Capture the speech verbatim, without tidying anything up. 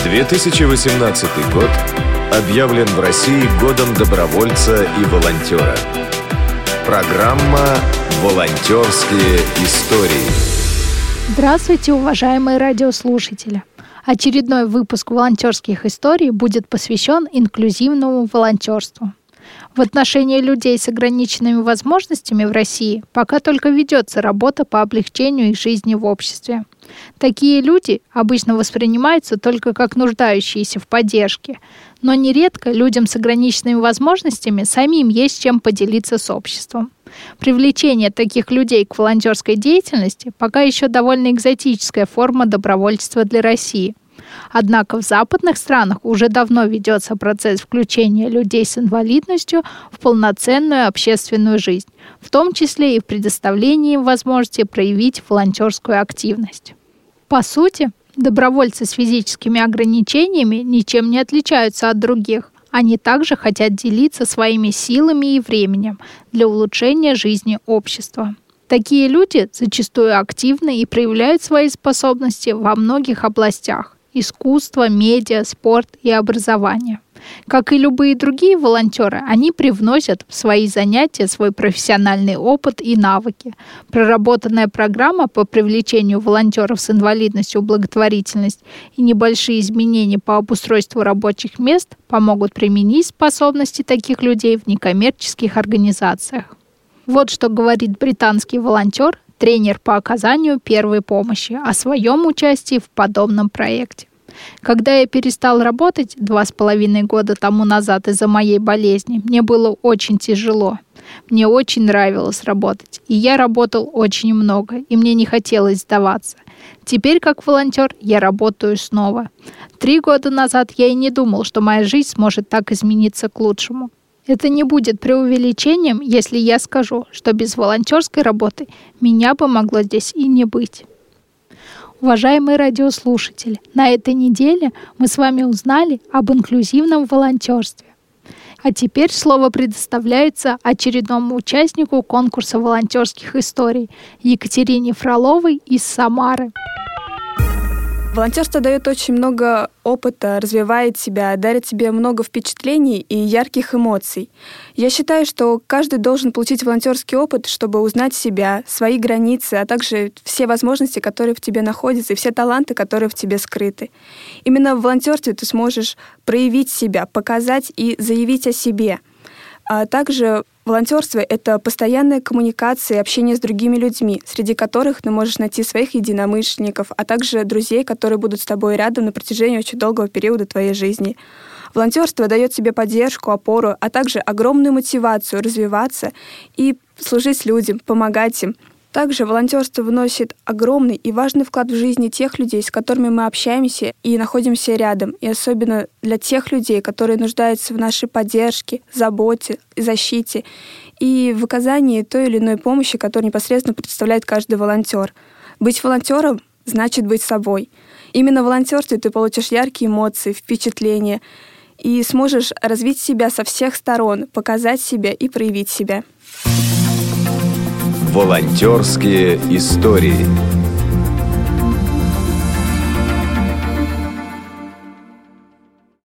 две тысячи восемнадцатый год объявлен в России годом добровольца и волонтера. Программа «Волонтерские истории». Здравствуйте, уважаемые радиослушатели! Очередной выпуск волонтерских историй будет посвящен инклюзивному волонтерству. В отношении людей с ограниченными возможностями в России пока только ведется работа по облегчению их жизни в обществе. Такие люди обычно воспринимаются только как нуждающиеся в поддержке, но нередко людям с ограниченными возможностями самим есть чем поделиться с обществом. Привлечение таких людей к волонтерской деятельности пока еще довольно экзотическая форма добровольчества для России. Однако в западных странах уже давно ведется процесс включения людей с инвалидностью в полноценную общественную жизнь, в том числе и в предоставлении им возможности проявить волонтерскую активность. По сути, добровольцы с физическими ограничениями ничем не отличаются от других. Они также хотят делиться своими силами и временем для улучшения жизни общества. Такие люди зачастую активны и проявляют свои способности во многих областях – искусство, медиа, спорт и образование. Как и любые другие волонтеры, они привносят в свои занятия свой профессиональный опыт и навыки. Проработанная программа по привлечению волонтеров с инвалидностью в благотворительность и небольшие изменения по обустройству рабочих мест помогут применить способности таких людей в некоммерческих организациях. Вот что говорит британский волонтер, тренер по оказанию первой помощи, о своем участии в подобном проекте. Когда я перестал работать два с половиной года тому назад из-за моей болезни, мне было очень тяжело. Мне очень нравилось работать, и я работал очень много, и мне не хотелось сдаваться. Теперь, как волонтер, я работаю снова. Три года назад я и не думал, что моя жизнь сможет так измениться к лучшему. Это не будет преувеличением, если я скажу, что без волонтерской работы меня бы могло здесь и не быть. Уважаемые радиослушатели, на этой неделе мы с вами узнали об инклюзивном волонтерстве. А теперь слово предоставляется очередному участнику конкурса волонтерских историй Екатерине Фроловой из Самары. Волонтерство дает очень много опыта, развивает себя, дарит тебе много впечатлений и ярких эмоций. Я считаю, что каждый должен получить волонтерский опыт, чтобы узнать себя, свои границы, а также все возможности, которые в тебе находятся, и все таланты, которые в тебе скрыты. Именно в волонтерстве ты сможешь проявить себя, показать и заявить о себе. А также волонтерство — это постоянная коммуникация и общение с другими людьми, среди которых ты можешь найти своих единомышленников, а также друзей, которые будут с тобой рядом на протяжении очень долгого периода твоей жизни. Волонтерство дает тебе поддержку, опору, а также огромную мотивацию развиваться и служить людям, помогать им. Также волонтерство вносит огромный и важный вклад в жизни тех людей, с которыми мы общаемся и находимся рядом, и особенно для тех людей, которые нуждаются в нашей поддержке, заботе, защите и в оказании той или иной помощи, которую непосредственно представляет каждый волонтер. Быть волонтером значит быть собой. Именно в волонтерстве ты получишь яркие эмоции, впечатления и сможешь развить себя со всех сторон, показать себя и проявить себя. Волонтерские истории.